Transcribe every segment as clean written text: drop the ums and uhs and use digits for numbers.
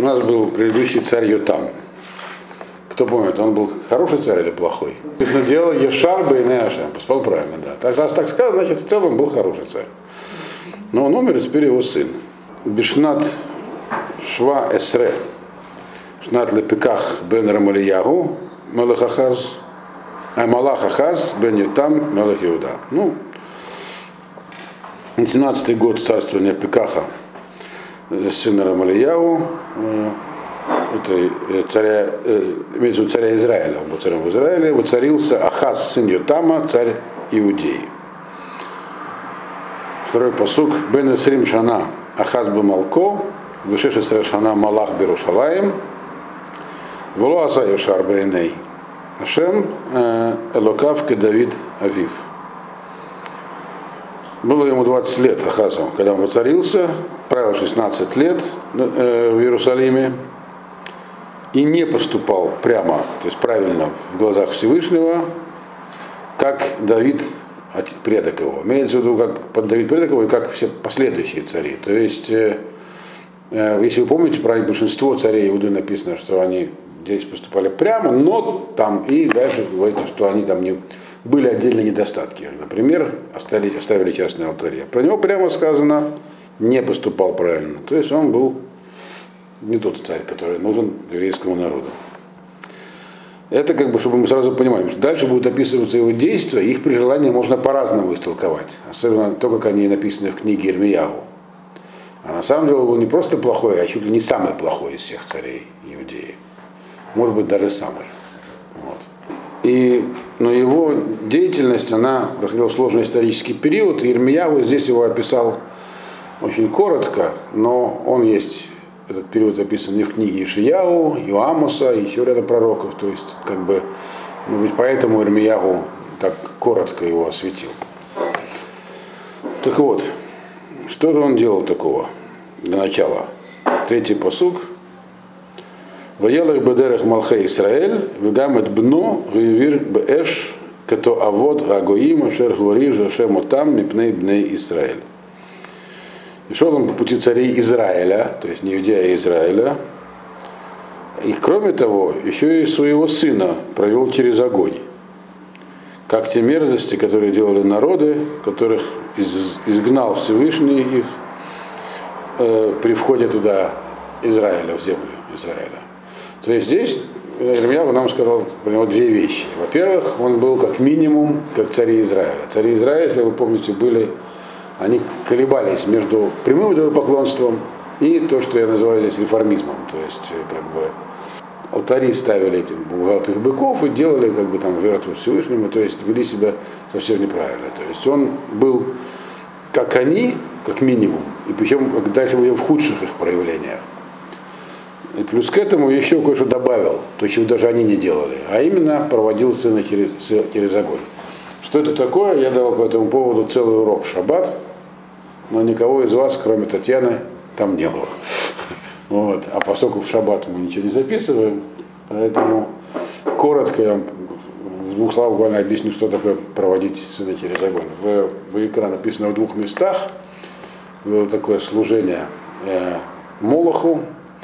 У нас был предыдущий царь Йотам. Кто помнит, он был хороший царь или плохой? Написано, дело Ешар Бейней Ашем. Поспал правильно, да. Так, раз так сказано, значит, в целом был хороший царь. Но он умер, и теперь его сын. Бишнат Шва Эсре. Шнат Лепиках бен Рамалиягу, Малах Ахаз бен Йотам, Малах Иуда. Ну, 17-й год царствования Пекаха, сына Рамалиягу, царя, имеется в виду царя Израиля, он был царем в Израиле, воцарился Ахаз, сын Йотама, царь Иудеи. Второй пасук, бен Эсрим Шана, Ахаз бемалко, вышедший Шана Малах Берушалаем, Вло аса Йошар Бейней Ашем Элокав Кедавид Авив. Было ему 20 лет Ахазу, когда он воцарился, правил 16 лет в Иерусалиме и не поступал прямо, то есть правильно в глазах Всевышнего, как Давид, предок его. Имеется в виду, как Давид предок его и как все последующие цари. То есть, если вы помните, про большинство царей Иуды написано, что они здесь поступали прямо, но там и дальше говорится, что они там не были отдельные недостатки. Например, оставили частные алтари. Про него прямо сказано, не поступал правильно. То есть он был не тот царь, который нужен еврейскому народу. Это как бы, чтобы мы сразу понимали, что дальше будут описываться его действия, их при желании можно по-разному истолковать. Особенно то, как они написаны в книге Ирмиягу. А на самом деле он был не просто плохой, а чуть ли не самый плохой из всех царей Иудеи. Может быть, даже самый. Вот. Но его деятельность, она проходила сложный исторический период. Ирмиягу здесь его описал очень коротко, но он есть, этот период описан не в книге Ишияу, Иоамоса, и еще ряда пророков. То есть, как бы, может быть, поэтому Ирмиягу так коротко его осветил. Так вот, что же он делал такого для начала? Третий пасук. Ваелах бедерех Малхей Исраэль, вегамет бно, гуевир бэш, като авод агоим, ашер гуари, жашем отам, мипней бней Исраэль. И шел он по пути царей Израиля, то есть не Иудея, а Израиля. И кроме того, еще и своего сына провел через огонь. Как те мерзости, которые делали народы, которых изгнал Всевышний их при входе туда Израиля, в землю Израиля. То есть здесь Ирмиягу нам сказал про него две вещи. Во-первых, он был как минимум как цари Израиля. Цари Израиля, если вы помните, они колебались между прямым идолопоклонством и то, что я называю здесь реформизмом. То есть, как бы, алтари ставили этим богатых быков и делали, как бы, там, жертву Всевышнему, то есть вели себя совсем неправильно. То есть он был как они, как минимум, и причем дальше были в худших их проявлениях. И плюс к этому еще кое-что добавил, то, чего даже они не делали, а именно проводил сына через огонь. Что это такое? Я дал по этому поводу целый урок в шаббат, но никого из вас, кроме Татьяны, там не было. Вот. А поскольку в шаббат мы ничего не записываем, поэтому коротко я в двух словах буквально объясню, что такое проводить сына через огонь. В экране написано в двух местах. Было такое служение Молоху.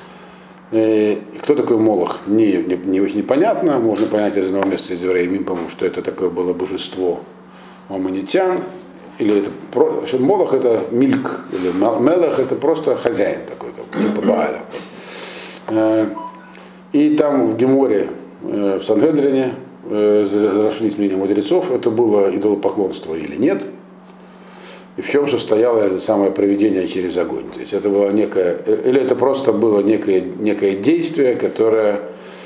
И кто такой Молох? Не очень непонятно. Можно понять из одного места из Еврея, по-моему, что это такое было божество аммонитян. Или это Молох это Мильк, или Мелех это просто хозяин такой, как, типа Бааля. И там в Геморе, в Сангедрине, разошлись мнения мудрецов, это было идолопоклонство или нет. И в чем состояло это самое проведение через огонь. То есть это было некое, или это просто было некое действие, которое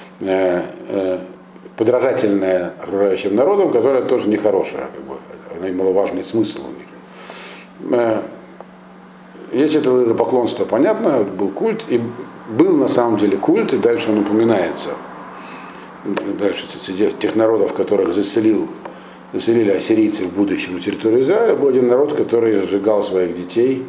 подражательное окружающим народам, которое тоже нехорошее, как бы, оно имело важный смысл у них. Если это было поклонство, понятно, был культ, и был на самом деле культ, и дальше он упоминается. Дальше среди тех народов, которых заселили ассирийцы в будущем на территорию Израиля, был один народ, который сжигал своих детей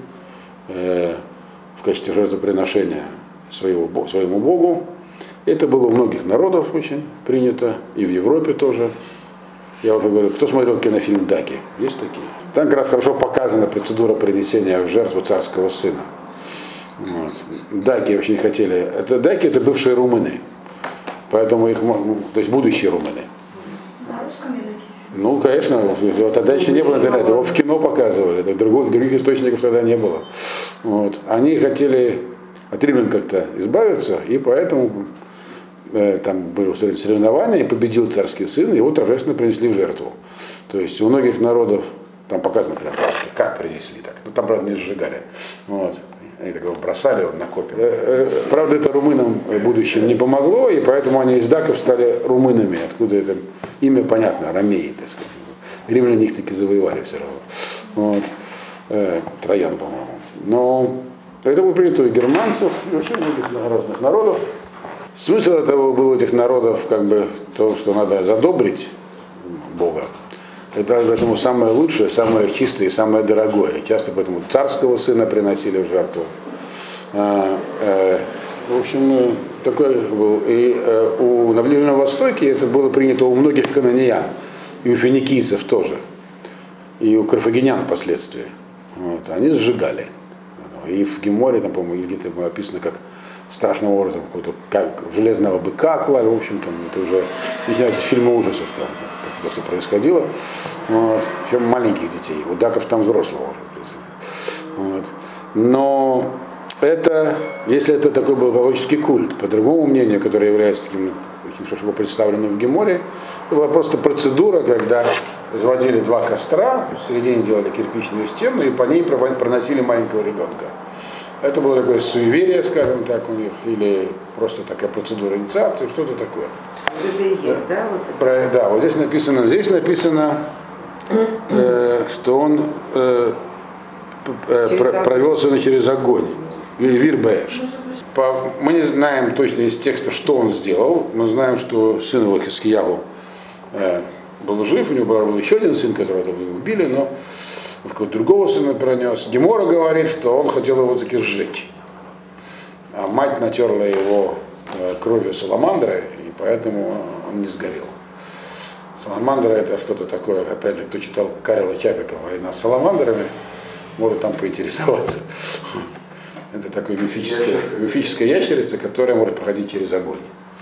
в качестве жертвоприношения своему Богу. Это было у многих народов очень принято, и в Европе тоже. Я уже говорю, кто смотрел кинофильм «Даги»? Есть такие? Там как раз хорошо показана процедура принесения в жертву царского сына. Вот. Даки очень хотели. Даки это бывшие румыны. Поэтому их, то есть будущие румыны. На русском языке? Ну, конечно, тогда еще не было интернета, его в кино показывали, других источников тогда не было. Вот. Они хотели от римлян как-то избавиться, и поэтому там были устроены соревнования, и победил царский сын, и его торжественно принесли в жертву. То есть у многих народов, там показано прям, как принесли так, ну там, правда, не сжигали. Вот. Они такого бросали на копья. Правда, это румынам в будущем не помогло, и поэтому они из даков стали румынами, откуда это имя понятно, ромеи, так сказать. Римляне их таки завоевали все равно. Вот. Троян, по-моему. Но это было принято у германцев и вообще многих разных народов. Смысл этого был у этих народов, как бы, то, что надо задобрить Бога. Это поэтому самое лучшее, самое чистое и самое дорогое. Часто поэтому царского сына приносили в жертву. В общем, такой был. И на Ближнем Востоке это было принято у многих кананеян, и у финикийцев тоже, и у карфагенян впоследствии. Вот. Они сжигали. И в Геморе, там, по-моему, где-то описано, как страшным образом какого-то железного быка клали. В общем, там, это уже начинаются фильмы ужасов, там, как это все происходило. Вот. Причем маленьких детей. У даков там взрослого уже. Вот. Но это, если это такой был богический культ, по другому мнению, которое является таким очень хорошо представленным в Геморе, это была просто процедура, когда разводили два костра, в середине делали кирпичную стену и по ней проносили маленького ребенка. Это было такое суеверие, скажем так, у них, или просто такая процедура инициации, что-то такое. Вот это и есть, да? Вот это? Да, вот здесь написано, что он провел сына через огонь. Вир Бэш. Мы не знаем точно из текста, что он сделал. Мы знаем, что сын его Хискиягу был жив, у него был еще один сын, которого убили, но какого-то другого сына пронес. Гемора говорит, что он хотел его таки сжечь. А мать натерла его кровью саламандры, и поэтому он не сгорел. Саламандра это что-то такое, опять же, кто читал Карла Чапика «Война с саламандрами», может там поинтересоваться. Это такая мифическая ящерица, которая может проходить через огонь.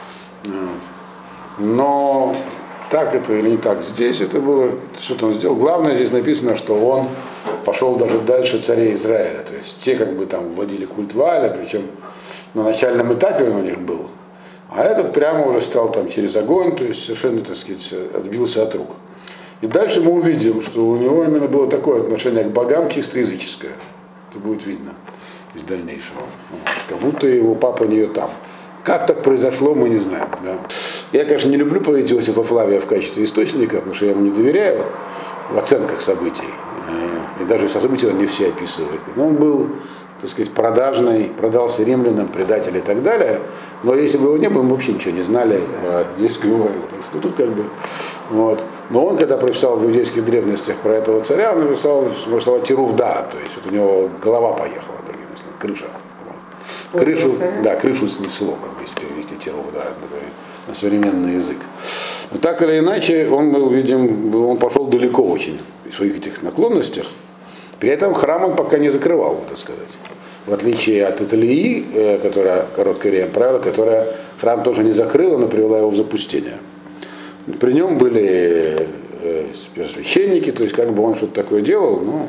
Но так это или не так, здесь это было, что-то он сделал. Главное, здесь написано, что он пошел даже дальше царей Израиля. То есть те как бы там вводили культ Вааля, причем на начальном этапе он у них был. А этот прямо уже стал там через огонь, то есть совершенно, так сказать, отбился от рук. И дальше мы увидим, что у него именно было такое отношение к богам чисто языческое. Это будет видно из дальнейшего. Вот. Как будто его папа не там. Как так произошло, мы не знаем. Да. Я, конечно, не люблю проводить Иосифа Флавия в качестве источника, потому что я ему не доверяю в оценках событий. И даже события он не все описывает. Но он был, так сказать, продажный, продался римлянам, предатель и так далее. Но если бы его не было, мы вообще ничего не знали о еврейском войне. Так что тут как бы... Вот. Но он, когда прочитал в иудейских древностях про этого царя, он написал Тирувда, то есть вот у него голова поехала, другими словами, крыша. Вот. Крышу снесло, как бы, если перевести Тирувда на современный язык. Но так или иначе, он был, видим, он пошел далеко очень в своих этих наклонностях. При этом храм он пока не закрывал, так сказать. В отличие от Италии, которая короткое время правила, которая храм тоже не закрыла, но привела его в запустение. При нем были священники, то есть как бы он что-то такое делал, но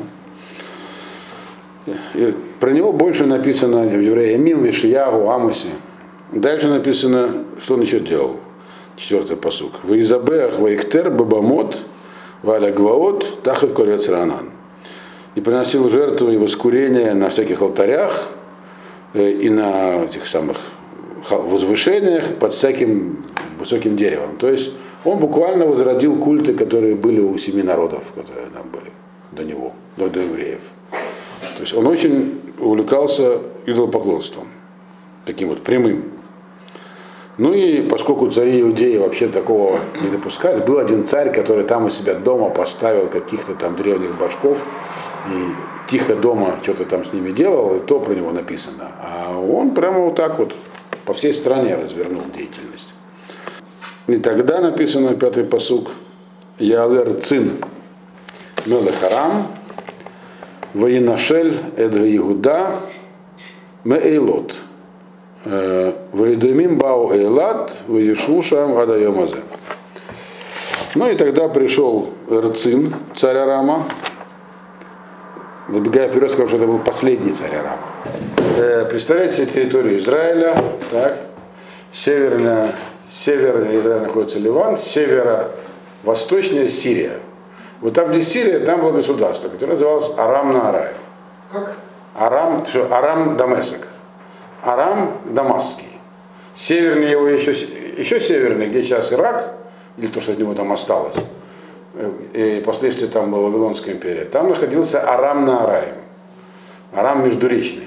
про него больше написано в Евреямим, Вишиягу, Амосе. Дальше написано, что он еще делал. 4-й пасук. Ваизабеах ваиктер бабамот валя гваот тахат колец ранан. И приносил жертвы и воскурения на всяких алтарях и на этих самых возвышениях под всяким высоким деревом. То есть он буквально возродил культы, которые были у 7 народов, которые там были до него, до евреев. То есть он очень увлекался идолопоклонством, таким вот прямым. Ну и поскольку цари Иудеи вообще такого не допускали, был один царь, который там у себя дома поставил каких-то там древних башков и тихо дома что-то там с ними делал, и то про него написано. А он прямо вот так вот по всей стране развернул деятельность. И тогда написано 5-й пасук: Яалер цин мелех Арам, Ваинашель эд Иуда, Меэйлот. Ваидемим бау эйлат, ваешушам адайомазе. Ну и тогда пришел Рцин, царь Арама. Забегая вперед, скажу, что это был последний царь Арама. Представляете себе территорию Израиля. Так. Северно Израиля находится Ливан, северо-восточная Сирия. Вот там, где Сирия, там было государство, которое называлось Арам на Арае. Как? Арам Дамесек. Арам Дамасский. Севернее его еще севернее, где сейчас Ирак, или то, что от него там осталось, и впоследствии там была Вавилонская империя, там находился Арам на Арае. Арам междуречный.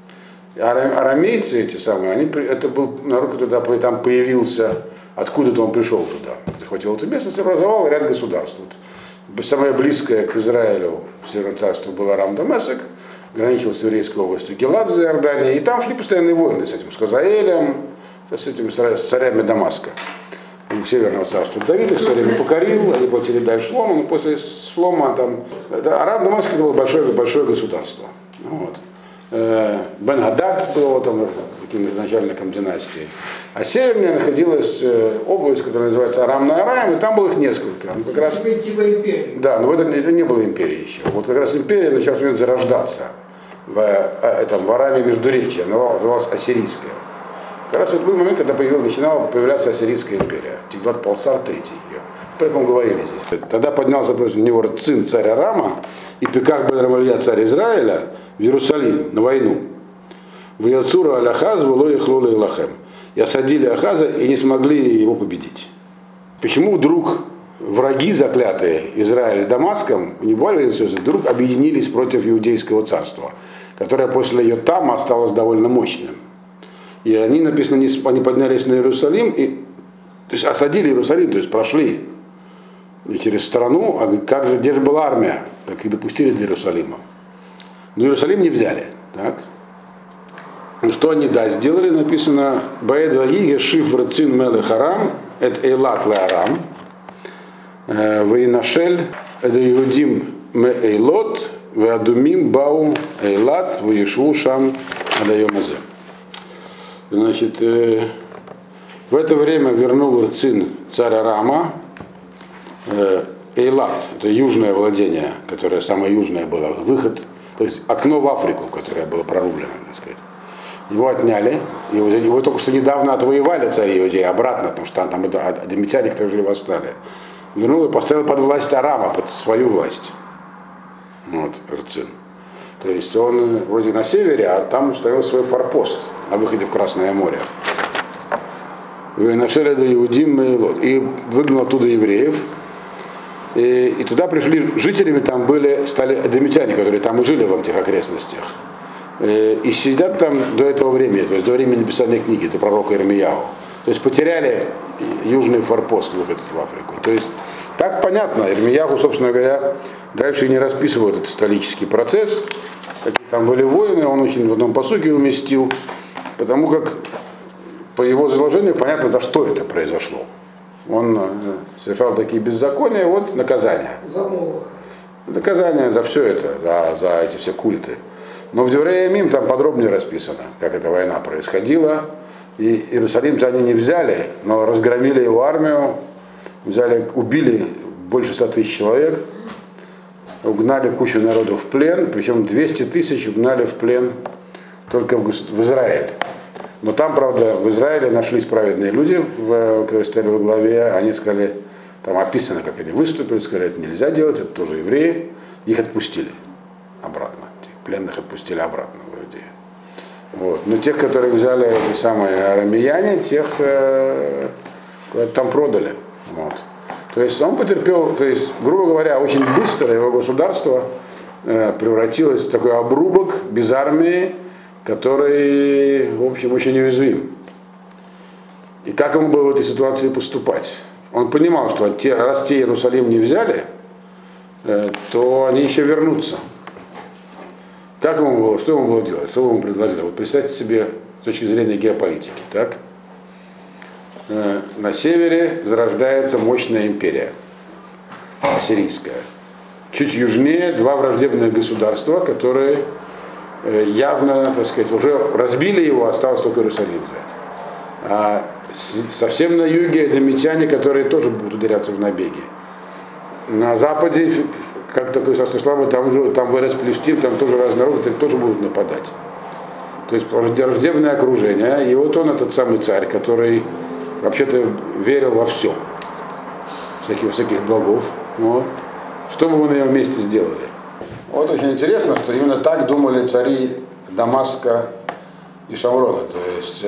Арамейцы эти самые, это был народ, который там появился, откуда-то он пришел туда, захватил эту местность и образовал ряд государств. Вот самое близкое к Израилю в Северном царстве был Арам Дамесек, граничил с еврейской областью Гилад за Иорданией, и там шли постоянные войны с этим, с Хазаэлем, с царями Дамаска, Северного царства. Давид их все время покорил, они платили дальше Шлома, но после Шлома там, Арам Дамаск это было большое государство. Вот. Бен-Гадад был там начальником династии. А севернее находилась область, которая называется Арам на Араем, и там было их несколько. Ну, как раз, типа империи. да, но это не было империи еще. Вот как раз империя начала зарождаться в Араме Междуречья, она называлась Ассирийская. Как раз вот был момент, когда начинала появляться Ассирийская империя. Тиглат-Палсар III ее. Поэтому говорили здесь. Тогда поднялся против него Рцин, царь Арама, и Пеках бен Ремалья, царь Израиля, в Иерусалим на войну. В Яцура Аль-Ахаз, Вулой Хлола Илахем. И осадили Ахаза и не смогли его победить. Почему вдруг враги заклятые Израиля с Дамаском, вдруг объединились против Иудейского царства, которое после Йотама осталось довольно мощным? И они, написано, они поднялись на Иерусалим, то есть осадили Иерусалим, то есть прошли и через страну, а как же, где же была армия, как их допустили до Иерусалима. Но Иерусалим не взяли. Так? Что они, сделали, написано, Баэд Вагиге Шиф Рцин Мелех Арам, это Эйлат Ле Арам, Вейнашель, это Иудим Ме Эйлот, Веадумим Бау Эйлат, Веешву Шам Адайомазе. Значит, в это время вернул Рцин царь Арама, Эйлат, это южное владение, которое самое южное было, выход, то есть окно в Африку, которое было прорублено, так сказать. Его отняли, его только что недавно отвоевали цари Иудеи обратно, потому что там адамитяне, которые жили, восстали. Вернул и поставил под власть Арама, под свою власть. Вот, Рцин. То есть он вроде на севере, а там установил свой форпост на выходе в Красное море. Нашели до Иудим и выгнал оттуда евреев. И туда пришли, жителями там стали адамитяне, которые там и жили в этих окрестностях. И сидят там до этого времени, то есть до времени написания книги, до пророка Ирмияу. То есть потеряли южный форпост, выход в Африку. То есть так понятно, Ирмияу, собственно говоря, дальше и не расписывает этот исторический процесс. Какие там были войны, он очень в одном посуке уместил, потому как по его изложению понятно, за что это произошло. Он совершал такие беззакония, вот наказание. За Молоха. Наказание за все это, за эти все культы. Но в Деврея Мим там подробнее расписано, как эта война происходила. И Иерусалим-то они не взяли, но разгромили его армию, убили больше 100 тысяч человек, угнали кучу народу в плен, причем 200 тысяч угнали в плен только в Израиль. Но там, правда, в Израиле нашлись праведные люди, которые стояли во главе, они сказали, там описано, как они выступили, сказали, это нельзя делать, это тоже евреи, их отпустили обратно, пленных отпустили обратно в Иудею. Вот. Но тех, которые взяли эти самые арамеяне, тех там продали. Вот. То есть он потерпел, то есть, грубо говоря, очень быстро его государство превратилось в такой обрубок без армии, который, в общем, очень уязвим. И как ему было в этой ситуации поступать? Он понимал, что раз те Иерусалим не взяли, то они еще вернутся. Как ему было, что ему было делать? Что ему предложили? Вот представьте себе с точки зрения геополитики. Так? На севере зарождается мощная империя, ассирийская. Чуть южнее два враждебных государства, которые явно, так сказать, уже разбили его, осталось только Иерусалим взять. А совсем на юге эдомитяне, которые тоже будут ударяться в набеги. На западе, как такой состав славы, там вырос Плештим, там тоже разные народы, тоже будут нападать. То есть враждебное окружение. И вот он, этот самый царь, который вообще-то верил во все, всяких богов. Вот. Что бы вы на его месте сделали? Вот очень интересно, что именно так думали цари Дамаска и Шамрона, то есть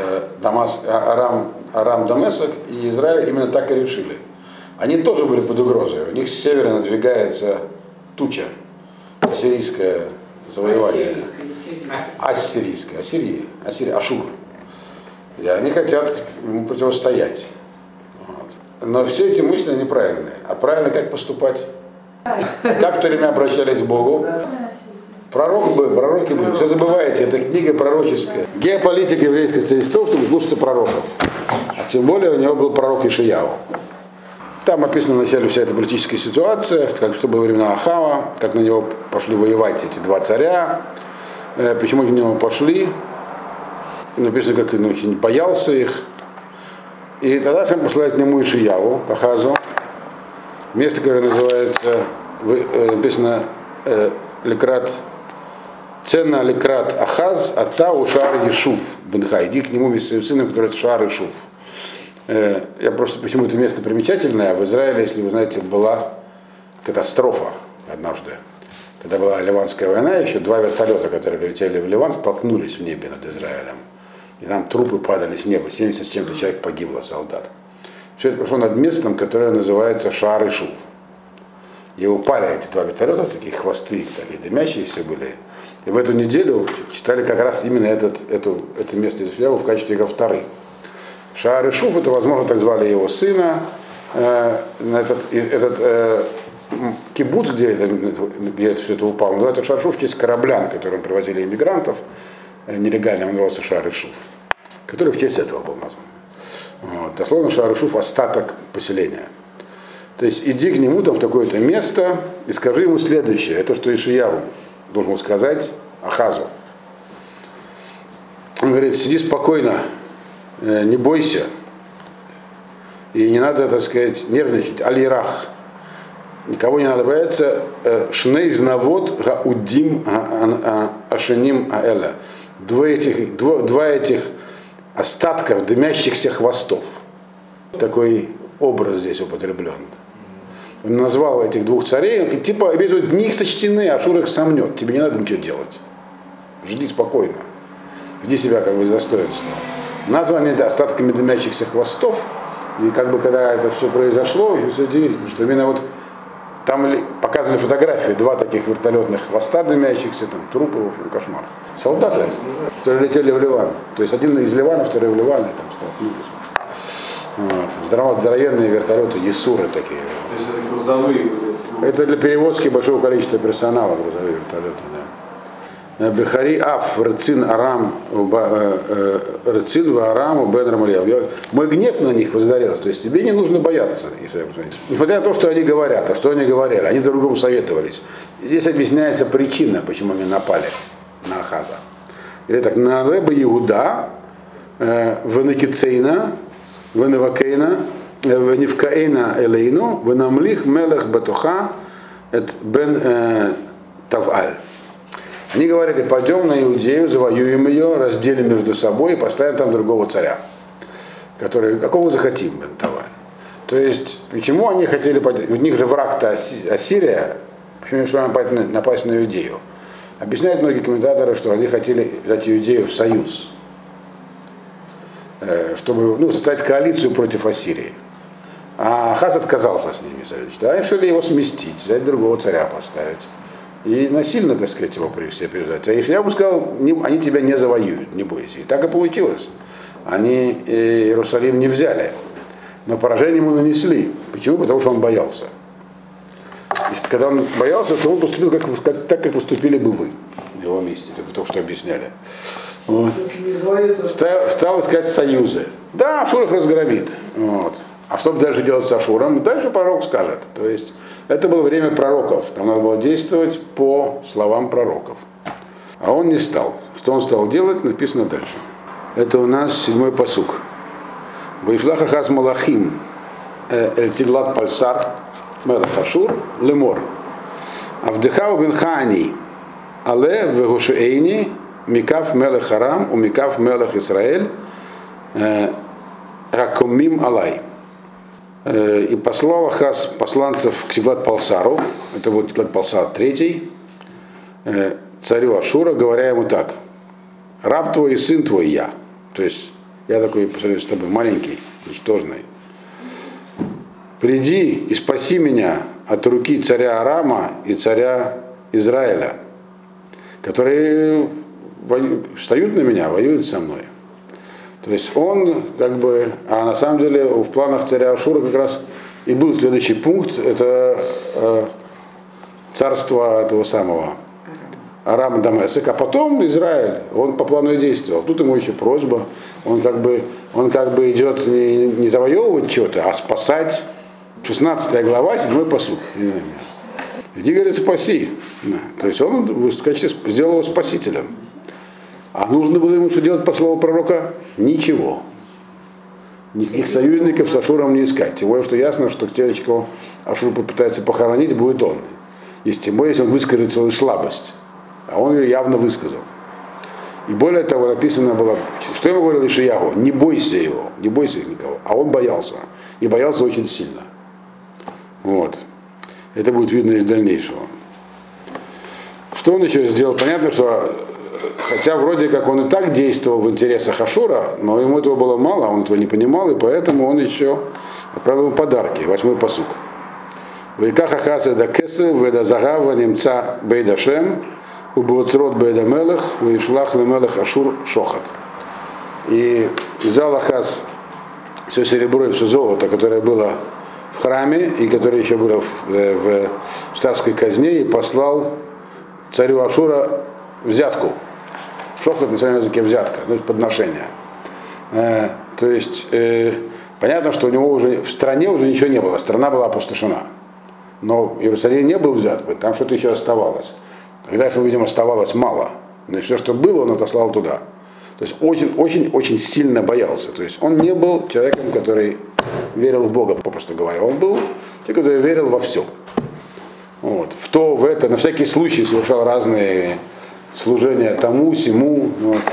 Арам Дамесок и Израиль именно так и решили. Они тоже были под угрозой. У них с севера надвигается туча, ассирийское завоевание. Ассирийское, Ашур. И они хотят ему противостоять. Вот. Но все эти мысли неправильные. А правильно как поступать? Как в то время обращались к Богу? Пророки были. Все забываете, это книга пророческая. Геополитика еврейской церкви в том, чтобы слушаться пророков. А тем более у него был пророк Ишаяу. Там описана вначале вся эта политическая ситуация, как что было во времена Ахава, как на него пошли воевать эти два царя, почему они на него пошли. Написано, как он очень боялся их. И тогда он посылает к нему Ишаяу, к Ахазу, место, которое называется, написано Лекрат, Цена Лекрат Ахаз, Атау Шар Ешув Бенха. Иди к нему вместе с своим сыном, который это Шар Ешув. Я просто, почему это место примечательное, в Израиле, если вы знаете, была катастрофа однажды. Когда была Ливанская война, еще два вертолета, которые прилетели в Ливан, столкнулись в небе над Израилем. И там трупы падали с неба, 70 с чем-то человек погибло, солдат. Все это прошло над местом, которое называется Шар Ешув. И упали эти два вертолета, такие хвосты, такие дымящиеся были. И в эту неделю читали как раз именно это место из Ишаяу в качестве его вторых. Шар Ешув, это, возможно, так звали его сына. Этот кибуц, где это все это упало, называется Шар Ешув в честь корабля, на котором привозили иммигрантов. Нелегально он назывался Шар Ешув, который в честь этого был назван. Вот. Дословно Шар Ешув — остаток поселения. То есть иди к нему там в такое-то место и скажи ему следующее. Это что Ишаяу должен сказать Ахазу. Он говорит: сиди спокойно, не бойся. И не надо, так сказать, нервничать. Аль-Ирах. Никого не надо бояться. Шней знавод гаудим ашеним аэля. Два этих остатков дымящихся хвостов. Такой образ здесь употреблен. Он назвал этих двух царей, он говорит, типа, дни их сочтены, Ашур их сомнет, тебе не надо ничего делать. Жди спокойно. Веди себя как бы с достоинством. Названы остатками дымящихся хвостов, и как бы когда это все произошло, все удивительно, что именно вот там показывали фотографии, два таких вертолетных хвоста дымящихся, там трупы, в общем, кошмар. Солдаты, которые летели в Ливан. То есть один из Ливана, второй в Ливане, там столкнулись. Вот. Здоровенные вертолеты, Есуры такие. То есть это грузовые были? Это для перевозки большого количества персонала, грузовые вертолеты, да. Бехари Аф, Рцин Арам, Рцин Арам, Бен Рамалия. Мой гнев на них возгорелся. То есть тебе не нужно бояться. Несмотря на то, что они говорят, а что они говорили, они друг другу советовались. Здесь объясняется причина, почему они напали на Ахаза. Или так, на Реба Иуда, Венекицейна, Веневакейна, Веневкаэйна Элейну, Венамлих Мелех Батуха, Бен Таваль. Они говорили: пойдем на Иудею, завоюем ее, разделим между собой и поставим там другого царя, который, какого захотим, Бен Таваль. То есть, почему они хотели пойти? У них же враг-то Ассирия, почему они решили напасть на Иудею? Объясняют многие комментаторы, что они хотели взять Иудею в союз, чтобы составить коалицию против Ассирии. А Ахаз отказался с ними союзничать. Они решили его сместить, взять другого царя поставить. И насильно, так сказать, его при все передать. А я бы сказал, они тебя не завоюют, не бойся. И так и получилось. Они Иерусалим не взяли, но поражение ему нанесли. Почему? Потому что он боялся. И когда он боялся, то он поступил так, как поступили бы вы в его месте. Это то, что объясняли. Вот. Стал искать союзы. Да, Ашур их разгромит. Вот. А что дальше делать с Ашуром? Дальше пророк скажет. То есть это было время пророков. Там надо было действовать по словам пророков. А он не стал. Что он стал делать, написано дальше. Это у нас 7-й пасук. Вайшлах Ахаз Малахим эль Тиглат Пальсар мелех Ашур лемор. Авдехав бен Хани але вегушеэйни микав мелех Арам у микав мелех Исраэль ракомим алай. И послал Ахаз посланцев к Тиглат-Палсару, это вот Тиглат-Палсар III, царю Ашура, говоря ему так: раб твой и сын твой я. То есть я такой по сравнению с тобой маленький, ничтожный. Приди и спаси меня от руки царя Арама и царя Израиля, которые встают на меня, воюют со мной. То есть он как бы, а на самом деле в планах царя Ашура как раз и был следующий пункт, это царство этого самого Арама Дамесек, а потом Израиль, он по плану и действовал. Тут ему еще просьба, он как бы идет не завоевывать что-то, а спасать. 16 глава, 7-й пасук. Иди, говорит, спаси. То есть он в качестве сделал его спасителем. А нужно было ему что делать по слову пророка? Ничего. Никаких союзников с Ашуром не искать. Тем более, что ясно, что те, кого Ашур попытается похоронить, будет он. Тем более, если он выскажет свою слабость. А он ее явно высказал. И более того, написано было, что ему говорил Ишиягу: не бойся его, не бойся никого. А он боялся. И боялся очень сильно. Вот. Это будет видно из дальнейшего. Что он еще сделал? Понятно, что хотя вроде как он и так действовал в интересах Ашура, но ему этого было мало, он этого не понимал, и поэтому он еще отправил ему подарки. 8-й пасук. Вайках Ахаз эда кесел, веда загава немца бейдашем, убуцрот бейда мелех, вайшлах лемелех Ашур шохат. И взял Ахаз все серебро и все золото, которое было в храме, и которое еще было в царской казне, и послал царю Ашура взятку. Шохат на своем языке взятка, то есть подношение. То есть понятно, что у него уже в стране уже ничего не было, страна была опустошена. Но в Иерусалиме не был взят, там что-то еще оставалось. Тогда этого, видимо, оставалось мало. Но все, что было, он отослал туда. То есть очень сильно боялся. То есть он не был человеком, который верил в Бога, попросту говоря. Он был человек, который верил во все. Вот. В это, на всякий случай совершал разные служения тому, сему. Вот.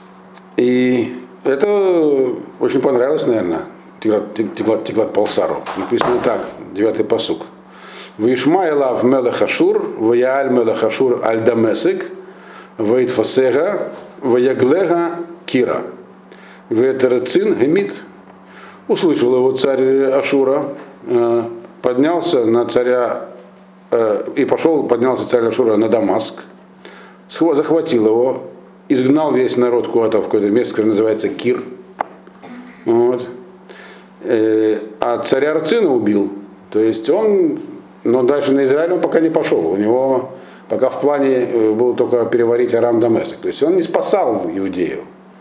И это очень понравилось, наверное, Тиглат-Палсару. Написано так, 9-й пасук. Вишмайлав мелех Ашур, ваяаль мелех Ашур аль Дамесек, ваитфасега, ваяглега Кира, ветерцин гемит. Услышал его царь Ашура, поднялся на царя, поднялся царь Ашура на Дамаск, захватил его, изгнал весь народ куда-то в какое-то место, которое называется Кир. Вот. А царя Арцина убил. То есть он, но дальше на Израиль он пока не пошел. У него пока в плане было только переварить Арам Дамесек. То есть он не спасал Иудею.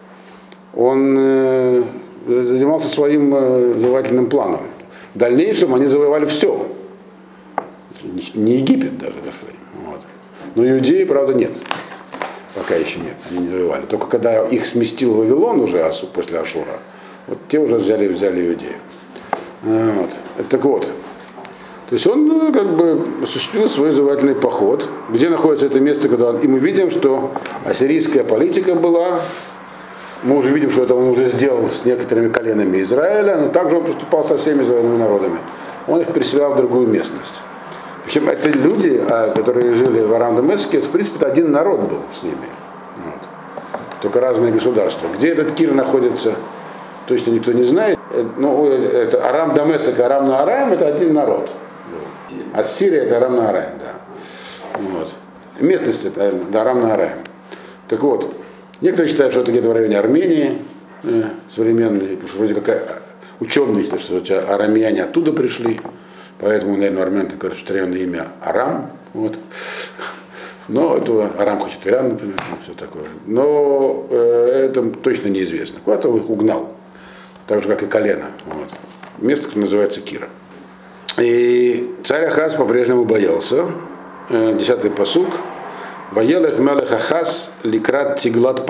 Он занимался своим завоевательным планом. В дальнейшем они завоевали все. Не Египет даже дошли. Вот. Но Иудеи, правда, нет. Пока еще нет, они не завоевали. Только когда их сместил Вавилон уже после Ашура, вот те уже взяли Иудею. Вот. Так вот. То есть он как бы осуществил свой завоевательный поход. Где находится это место, и мы видим, что ассирийская политика была. Мы уже видим, что это он уже сделал с некоторыми коленами Израиля, но также он поступал со всеми завоеванными народами. Он их переселял в другую местность. Причем это люди, которые жили в Арам-Дамеске, в принципе, это один народ был с ними. Вот. Только разные государства. Где этот Кир находится, точно никто не знает. Ну, это Арам-Дамесек и Арам-Наараим — это один народ. Ассирия — это Арам-Наараим, да. Вот. Местность — это Арам-Наараим. Так вот, некоторые считают, что это где-то в районе Армении современной, потому что вроде как ученые считают, что арамеяне оттуда пришли, поэтому, наверное, у армян такое распространенное имя Арам. Вот. Но это Арам Хачатурян, например, все такое. Но это точно неизвестно. Куда-то их угнал, так же, как и колено. Вот. Место, которое называется Кира. И царь Ахаз по-прежнему боялся. 10-й пасук. Ваелех мелех Ахаз ликрат тиглат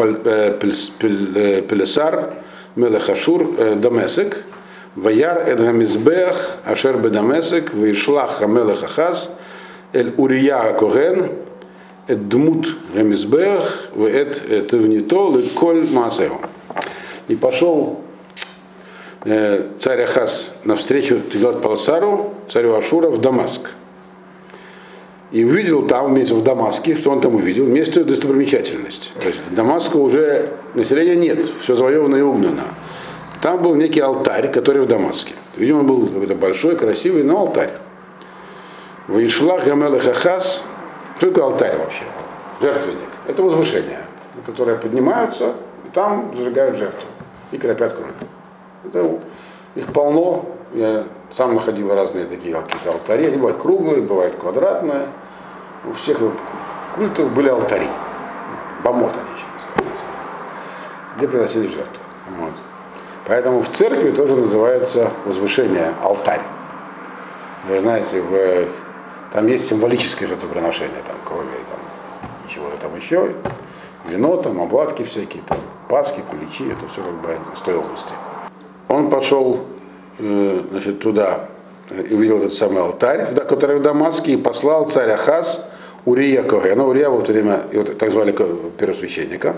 пелесар мелех Ашур Дамесек. Ваяр эд гамизбех ашер бедамесек вишлах мелех Ахаз эль Урия Коген эд дмут гамизбех вэд тевнито леколь маасео. И пошел царь Ахаз навстречу Тиглат-Пилесару, царю Ашура, в Дамаск. И увидел там, в Дамаске, что он там увидел, место достопримечательность. То есть Дамаска уже населения нет, все завоевано и угнано. Там был некий алтарь, который в Дамаске. Видимо, он был какой-то большой, красивый, но алтарь. Ваишлах гамелех Ахаз. Что такое алтарь вообще? Жертвенник. Это возвышение, на которое поднимаются, и там зажигают жертву и кропят кровь. Это, их полно. Я сам находил разные такие какие-то алтари. Они бывают круглые, бывают квадратные. У всех культов были алтари. Бамот они еще называются. Где приносили жертву. Вот. Поэтому в церкви тоже называется возвышение алтарь. Вы знаете, там есть символическое жертвоприношение, там крови, там чего-то там еще. Вино, там, обладки всякие, там, пасхи, куличи, это все как бы с той области. Он пошел туда и увидел этот самый алтарь, который в Дамаске, и послал царь Ахаз Урия Когена. Урия в это время, его так звали первосвященника,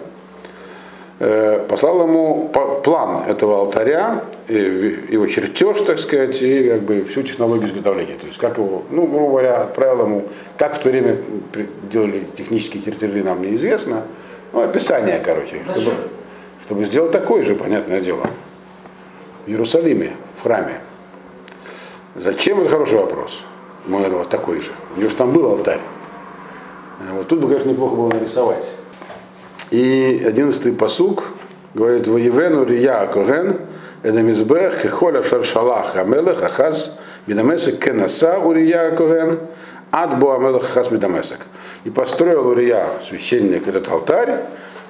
послал ему план этого алтаря, его чертеж, так сказать, и как бы всю технологию изготовления. То есть как его, грубо говоря, отправил ему, как в то время делали технические чертежи, нам неизвестно, описание, короче, чтобы сделать такое же, понятное дело, в Иерусалиме, в храме. Зачем? Это хороший вопрос. Вот такой же. У него же там был алтарь. Вот тут бы, конечно, неплохо было нарисовать. И 11-й пасук говорит: «Воевену рия коген эдамизбех кехоля шаршалах амелех Ахаз бидамесек кенаса урия коген ад бо амелех Ахаз бидамесек». И построил Урия, священник, этот алтарь,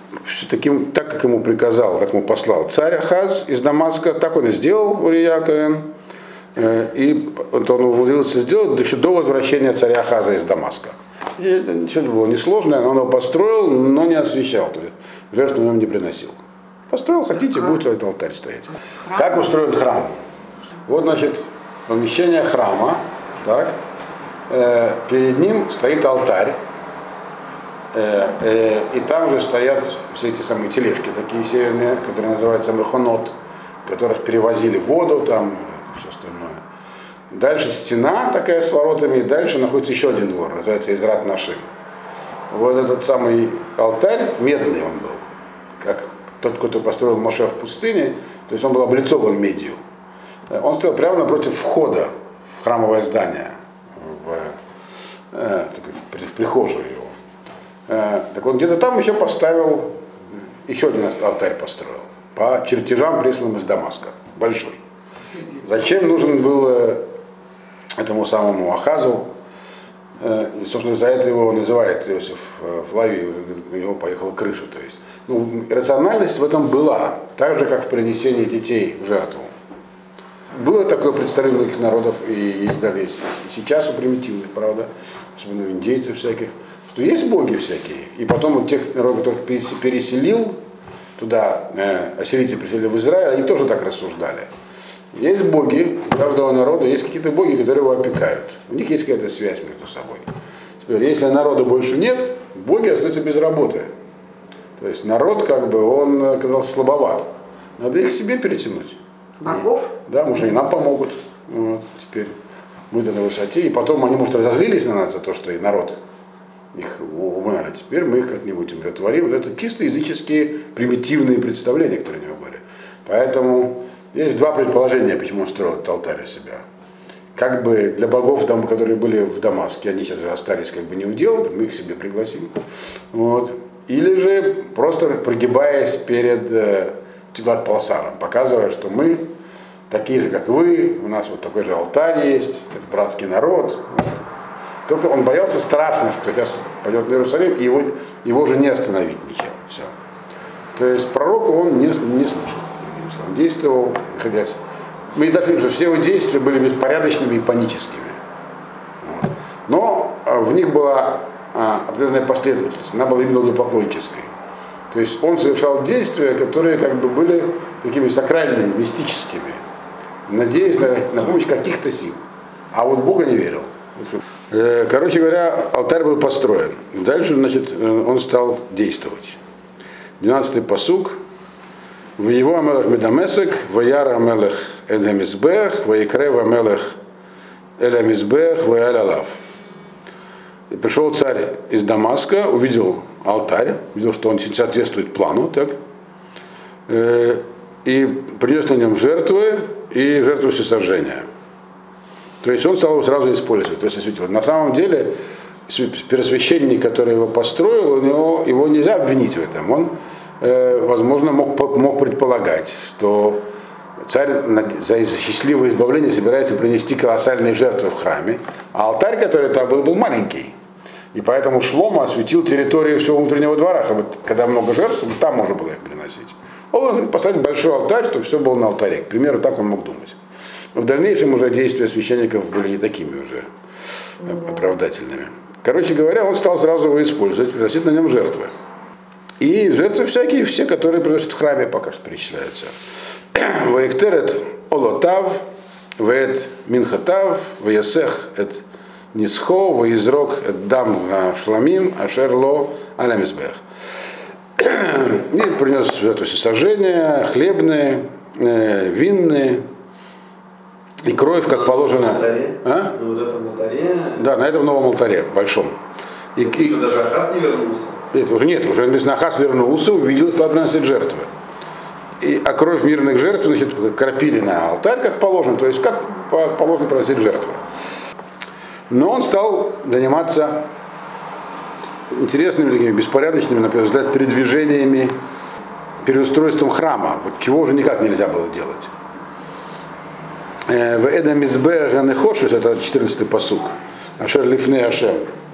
так как ему приказал, как ему послал царь Ахаз из Дамаска, так он и сделал Урия коген. И он умудрился сделать еще до возвращения царя Ахаза из Дамаска. И это ничего было несложное, он его построил, но не освящал, то есть жертву он не приносил. Построил, хотите, будет этот алтарь стоять. Как устроен храм? Вот, значит, помещение храма, так, перед ним стоит алтарь, и там же стоят все эти самые тележки, такие северные, которые называются мехонот, в которых перевозили воду, там, все остальное. Дальше стена такая с воротами, и дальше находится еще один двор, называется Израт Нашим. Вот этот самый алтарь, медный он был, как тот, кто построил Моше в пустыне, то есть он был облицован медью. Он стоял прямо напротив входа в храмовое здание, в прихожую его. Так он где-то там еще поставил, еще один алтарь построил, по чертежам, присланным из Дамаска, большой. Зачем нужен был этому самому Ахазу? И, собственно, за это его называет Иосиф Флавий, у него поехала крыша. То есть, рациональность в этом была, так же, как в принесении детей в жертву. Было такое представление у многих народов, и есть даже и сейчас у примитивных, правда, особенно у индейцев всяких, что есть боги всякие. И потом вот тех народов, которых переселил туда, ассирийцы переселили в Израиль, они тоже так рассуждали. Есть боги, у каждого народа есть какие-то боги, которые его опекают. У них есть какая-то связь между собой. Теперь, если народа больше нет, боги остаются без работы. То есть народ, как бы, он оказался слабоват. Надо их к себе перетянуть. Богов? Да, может, они нам помогут. Вот, теперь мы на высоте. И потом они, может, разозлились на нас за то, что и народ их умерли. Теперь мы их как-нибудь умиротворим. Это чисто языческие, примитивные представления, которые у него были. Поэтому есть два предположения, почему он строил этот алтарь у себя. Как бы для богов, которые были в Дамаске, они сейчас же остались как бы не у дела, мы их себе пригласим. Вот. Или же просто прогибаясь перед Тиглат-Пилесаром, показывая, что мы такие же, как вы, у нас вот такой же алтарь есть, братский народ. Только он боялся страшно, что сейчас пойдет на Иерусалим, и его же не остановить ничем. Все. То есть пророку он не слушал. Он действовал, находясь. Мы должны, что все его действия были беспорядочными и паническими. Вот. Но в них была определенная последовательность, она была именно поклоннической. То есть он совершал действия, которые как бы были такими сакральными, мистическими, надеясь на помощь каких-то сил. А вот Бога не верил. Короче говоря, алтарь был построен. Дальше, значит, он стал действовать. 12-й пасук. Воево Амелех Медамесек, Ваяра Амелех Эдамизбех, Ваекрева Амелех Элямизбех, Ваялялав. Пришел царь из Дамаска, увидел алтарь, увидел, что он соответствует плану, так, и принес на нем жертвы и жертву всесожжения. То есть он стал его сразу использовать. То есть, на самом деле, первосвященник, который его построил, его нельзя обвинить в этом. Он, возможно, мог предполагать, что царь за счастливое избавление собирается принести колоссальные жертвы в храме, а алтарь, который там был маленький. И поэтому Шломо осветил территорию всего внутреннего двора, чтобы, когда много жертв, там можно было их приносить. Он говорит, поставить большой алтарь, чтобы все было на алтаре. К примеру, так он мог думать. Но в дальнейшем уже действия священников были не такими уже оправдательными. Короче говоря, он стал сразу его использовать, приносить на нем жертвы. И жертвы всякие, все, которые приносят в храме, пока что перечисляются. Ваектерет олотав, ваэт минхатав, ваясех эт нисхо, ваизрок эт дам шламим, ашерло алямизбех. И принес жертву всесожжения, хлебные, винные, и кровь, как положено. На вот этом алтаре? Да, на этом новом алтаре, большом. И даже Ахаз не вернулся? Уже написано, Ахаз вернулся, увидел, стал приносить жертвы. А кровь мирных жертв, значит, кропили на алтарь, как положено, то есть как положено приносить жертвы. Но он стал заниматься интересными, такими беспорядочными, на первый взгляд, передвижениями, переустройством храма, вот чего уже никак нельзя было делать. В Эдам Избех Ганехошис, это 14-й пасук, Ашер Лифне Ашем.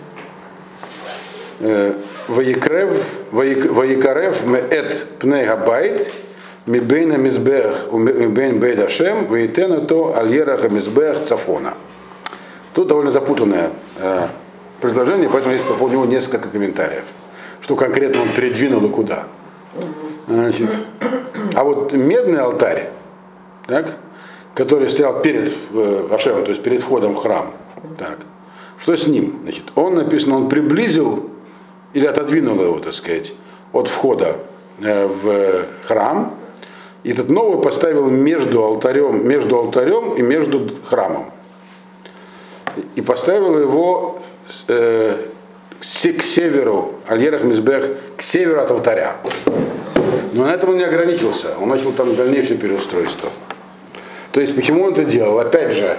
Ваикарев Меэт Пней Габайт, Мибейна Мизбех, Мибейн Бейд Ашем, Ваитену то Альераха Мизбех Цафона. Тут довольно запутанное предложение, поэтому есть по поводу него несколько комментариев. Что конкретно он передвинул и куда. Значит, а вот медный алтарь, так, который стоял перед Ашемом, то есть перед входом в храм. Так. Что с ним? Значит, он написано, он приблизил или отодвинул его, так сказать, от входа в храм. И этот новый поставил между алтарем и между храмом. И поставил его к северу, Аль-Ерах Мизбех, к северу от алтаря. Но на этом он не ограничился. Он начал там дальнейшее переустройство. То есть, почему он это делал? Опять же,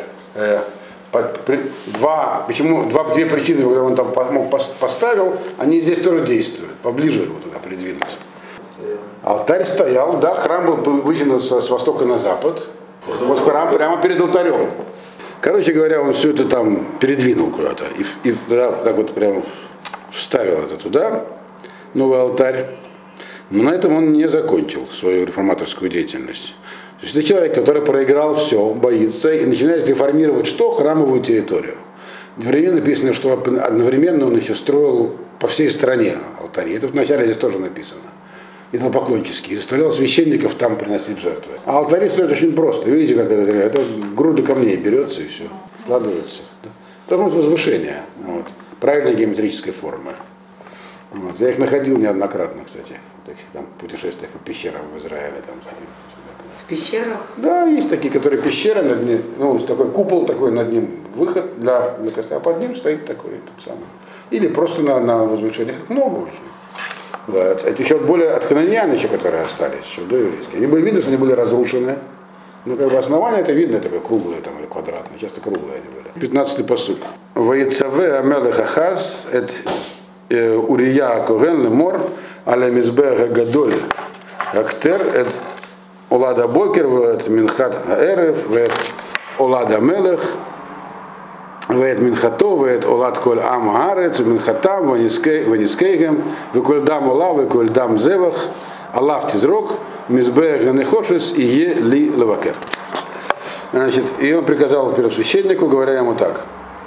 две причины, которые он там поставил, они здесь тоже действуют. Поближе его туда придвинуть. Алтарь стоял, да, храм был вытянут с востока на запад. Вот храм прямо перед алтарем. Короче говоря, он все это там передвинул куда-то. И так вот прямо вставил это туда, новый алтарь. Но на этом он не закончил свою реформаторскую деятельность. То есть это человек, который проиграл все, боится и начинает реформировать что? Храмовую территорию. Одновременно написано, что одновременно он еще строил по всей стране алтари. Это вначале здесь тоже написано. Идолопоклонческий. И заставлял священников там приносить жертвы. А алтари строят очень просто. Видите, как это груды камней берется и все. Складывается. Должно быть возвышение. Вот. Правильной геометрической формы. Вот. Я их находил неоднократно, кстати. В таких там путешествиях по пещерам в Израиле. Там, в пещерах? Да, есть такие, которые пещеры, над ним, ну, такой купол, такой над ним выход для костра, а под ним стоит такой тот самый. Или просто на возвышениях, их много очень. Да, это еще более от хананян еще, которые остались, еще до еврейских. Они были видны, что они были разрушены. Но как бы основание это видно, такое круглое там, или квадратное, часто круглые они были. 15-й пасук. Ваицаве амелех Ахаз, эт Урия Коген лемор, аля мизбех гадоль, актер, эт Олада Бокер, вэт Минхат Аэрев, вэт Олада Мелех, вэт Минхато, вэт Олад Коль Ам Аарец, Минхатам, Ванискейгем, вэколь дам Ола, вэколь дам Зевах, Аллах Тизрок, Мизбех Ганехошес и Е Ли Левакер. Значит, и он приказал первосвященнику, говоря ему так.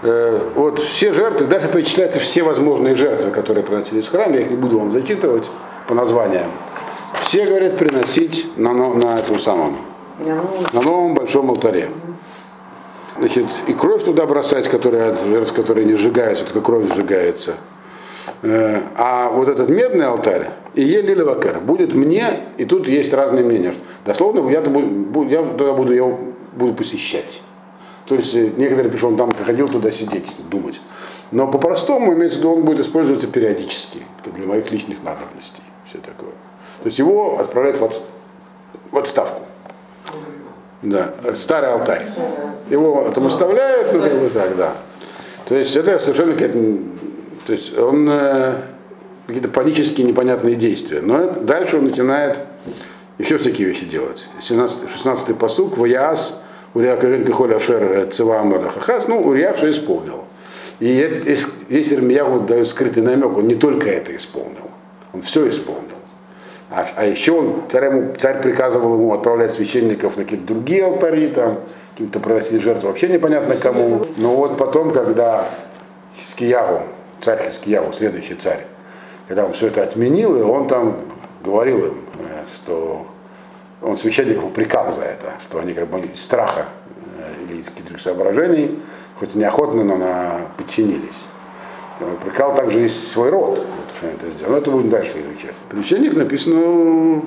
Вот все жертвы, даже перечисляются все возможные жертвы, которые приносились в храме, я их не буду вам зачитывать по названиям. Все говорят приносить на этом самом, на новом большом алтаре. Значит, и кровь туда бросать, которая не сжигается, только кровь сжигается. А вот этот медный алтарь, и еле вакер, будет мне, и тут есть разные мнения. Дословно, я буду посещать. То есть некоторые пишут, он там приходил туда сидеть, думать. Но по-простому, имеется в виду, он будет использоваться периодически, для моих личных надобностей. Все такое. То есть его отправляют в отставку. Да, старый алтарь. Его там оставляют, ну как бы так, да. То есть это совершенно какая-то, то есть он какие-то панические непонятные действия. Но дальше он начинает еще всякие вещи делать. 16-й пасук, Ваяас, Урия Кавен Кихоль Ашер Цевам Хахас, ну, Урия все исполнил. И здесь Ирмияху дает скрытый намек, он не только это исполнил, он все исполнил. А еще царь приказывал ему отправлять священников на какие-то другие алтари, там, каким-то приносить жертву вообще непонятно кому. Но вот потом, когда царь Хискиягу, следующий царь, когда он все это отменил, и он там говорил им, что он священников упрекал за это, что они как бы из страха или из каких-то соображений, хоть и неохотно, но подчинились. Он упрекал также и свой род, что он это сделал. Но это будем дальше изучать. Священник написано,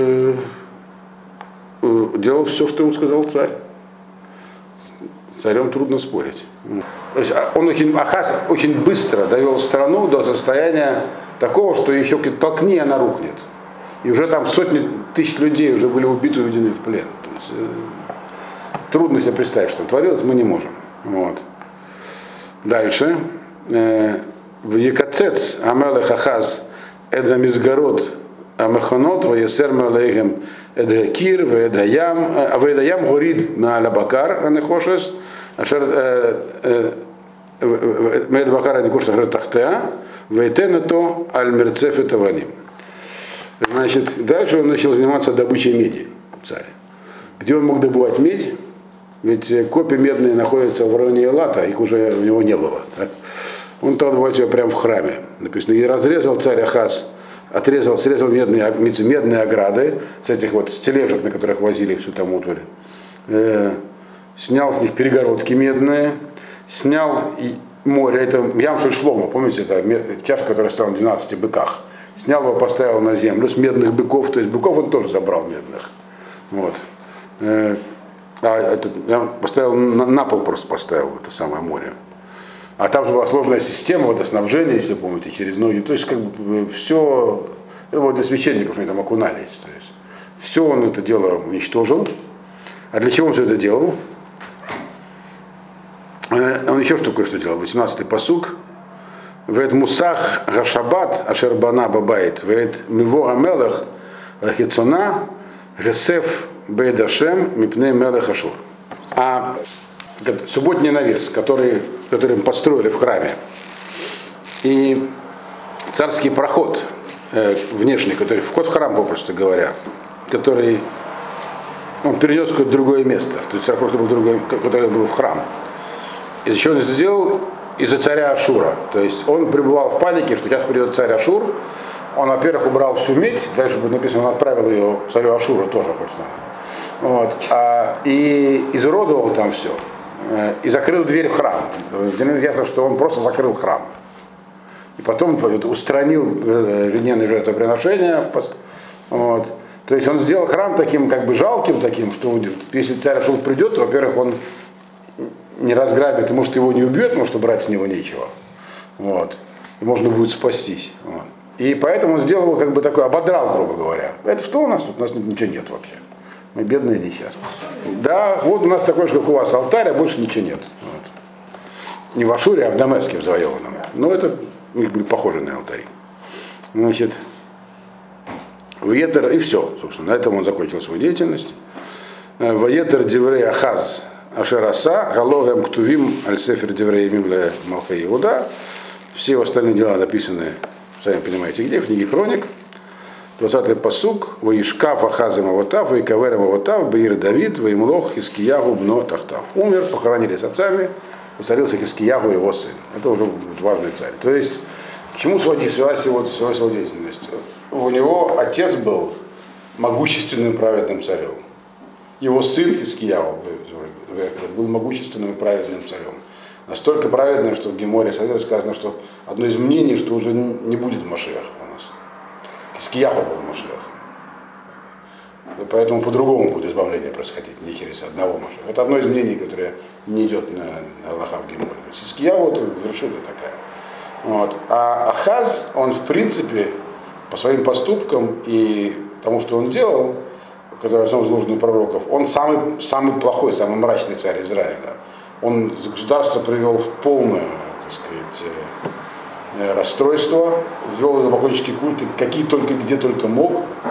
делал все, что ему сказал царь. С царем трудно спорить. То есть Ахаз очень быстро довел страну до состояния такого, что еще толкни, она рухнет. И уже там сотни тысяч людей уже были убиты и уведены в плен. То есть, трудно себе представить, что творилось, мы не можем. Вот. Дальше. В Екацец Амелех Ахаз Эда Мизгарот Амехонот Ваесер Мелехем Эдгакир Ведаям Горид на Алабакар Анехошес Ашер Медбакар Анекошес Тахтеа Вейтенето Альмерцеф Таваним. Значит, дальше он начал заниматься добычей меди, царь. Где он мог добывать медь? Ведь копии медные находятся в районе Элата, их уже у него не было. Так? Он стал добывать ее прямо в храме. Написано, и разрезал царь Ахаз, срезал медные ограды с этих вот тележек, на которых возили всю там утварь. Снял с них перегородки медные, снял море, это Ямшель Шломо, помните, это чаша, которая стояла на 12 быках. Снял его, поставил на землю с медных быков, то есть быков он тоже забрал медных. Вот. Я поставил на пол, просто поставил это самое море. А там же была сложная система водоснабжения, если помните, через ноги. То есть как бы все, это было для священников, они там окунались. То есть, все он это дело уничтожил. А для чего он все это делал? Он еще что кое-что делал. 18-й пасук. Вет мусах гашабат ашербана бабайт, вет миво амелах рахицона гесеф бейдашем мипне мелах ашур. А субботний навес, который построили в храме, и царский проход внешний, который вход в храм, попросту говоря, который он перенес в какое-то другое место, то есть проход был другой, который был в храм. Из-за чего он это сделал? Из-за царя Ашура. То есть он пребывал в панике, что сейчас придет царь Ашур. Он, во-первых, убрал всю медь, дальше будет написано, он отправил ее царю Ашуру тоже, вот. И изуродовал там все. И закрыл дверь в храм. Ясно, что он просто закрыл храм. И потом устранил линейное жертвоприношение. Вот. То есть он сделал храм таким как бы жалким, таким, что если царь Ашур придет, то, во-первых, он не разграбит, и может его не убьет, потому что брать с него нечего. Вот. И можно будет спастись. Вот. И поэтому он сделал его как бы такой, ободрал, грубо говоря. Это что у нас тут? У нас ничего нет вообще. Мы бедные и несчастные. Да, вот у нас такой же, как у вас, алтарь, а больше ничего нет. Вот. Не в Ашуре, а в Дамаске в завоеванном. Но это у них были похожи на алтари. Значит, Ваетер, и все, собственно, на этом он закончил свою деятельность. Ваетер Диврей Ахаз Ашераса, Галогам Ктувим, Аль-Сефер Деврей Мимле Малхай Иуда. Все остальные дела написаны, сами понимаете, где, в книге Хроник. 20-й пасук. Ваишкав Ахазем Авотав, Ваикаверем Авотав, Баир Давид, Ваимлох, Хискиягу, Бно Тахтав. Умер, похоронили с отцами, воцарился Хискиягу, его сын. Это уже важный царь. То есть, к чему свелась его деятельность? У него отец был могущественным праведным царем. Его сын Хискиягу был могущественным и праведным царем. Настолько праведным, что в Геморе сказано, что одно из мнений, что уже не будет Машиаха у нас. Хискиягу был Машиах. Поэтому по-другому будет избавление происходить, не через одного Машиаха. Это одно из мнений, которое не идет на Аллаха в Геморе. Хискиягу это вершина такая. Вот. А Ахаз, он в принципе по своим поступкам и тому, что он делал, который основан ложных пророков, он самый плохой, самый мрачный царь Израиля. Он государство привел в полное, так сказать, расстройство, ввел идолопоклоннические культы, какие только, где только мог.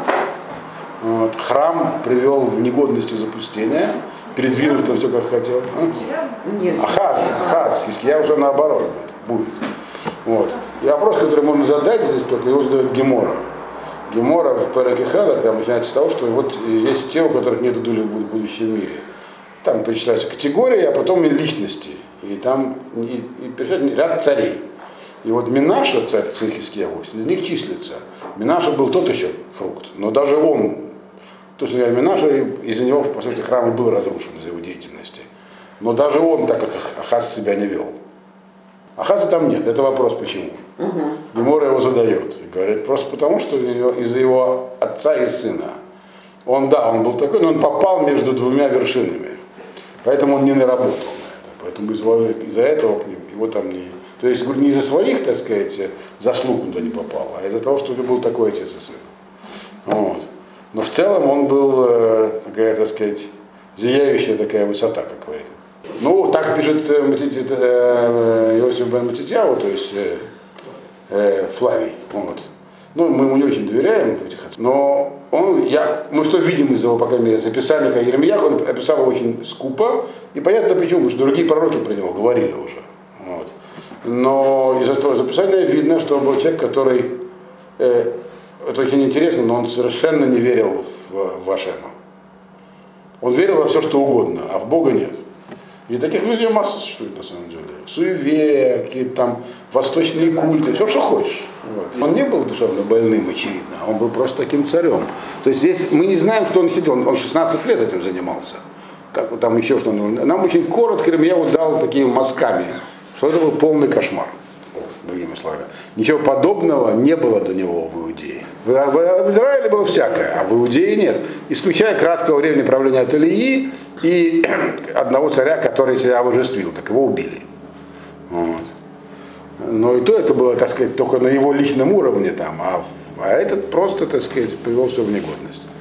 Вот. Храм привел в негодность и запустение, передвинув там все, как хотел. Нет. Ахаз, Хиския уже наоборот будет. Вот. И вопрос, который можно задать здесь, только его задает Гемора. Гемора в Переке Хелек, там начинается с того, что вот есть те, у которых нет доли в будущем мире. Там перечисляются категории, а потом и личности. И там и перечисляется ряд царей. И вот Минаша, царь Хискиягу, среди них числится. Минаша был тот еще фрукт, но даже он, то есть Минаша, из-за него, по сути, храм и был разрушен из-за его деятельности. Но даже он, так как Ахаз себя не вел. Ахаза там нет, это вопрос почему. Гемора его задает. И говорит, просто потому, что из-за его отца и сына. Он был такой, но он попал между двумя вершинами. Поэтому он не наработал на это. Поэтому из-за этого его там не... То есть не из-за своих, так сказать, заслуг он туда не попал, а из-за того, что у него был такой отец и сын. Вот. Но в целом он был такая, так сказать, зияющая такая высота, как говорит. Ну, так пишет Иосиф бен Матитьяу, то есть Флавий. Вот. Ну, мы ему не очень доверяем, но мы что видим из его, по крайней мере, записания Еремьяха, он описал его очень скупо, и понятно почему, потому что другие пророки про него говорили уже. Вот. Но из этого записания видно, что он был человек, который, это очень интересно, но он совершенно не верил в Ашема. Он верил во все, что угодно, а в Бога нет. И таких людей масса существует на самом деле. Суеверия, какие-то там восточные культы, все, что хочешь. Вот. Он не был душевно больным, очевидно, он был просто таким царем. То есть здесь мы не знаем, кто он сидел, он 16 лет этим занимался. Как там еще что-то. Нам очень коротко Иеремьяу дал такими мазками, что это был полный кошмар. Другими словами. Ничего подобного не было до него в Иудее. В Израиле было всякое, а в Иудее нет. Исключая краткого времени правления от Илии и одного царя, который себя обожествил, так его убили. Вот. Но и то это было, так сказать, только на его личном уровне там, а этот просто, так сказать, привел все в негодность.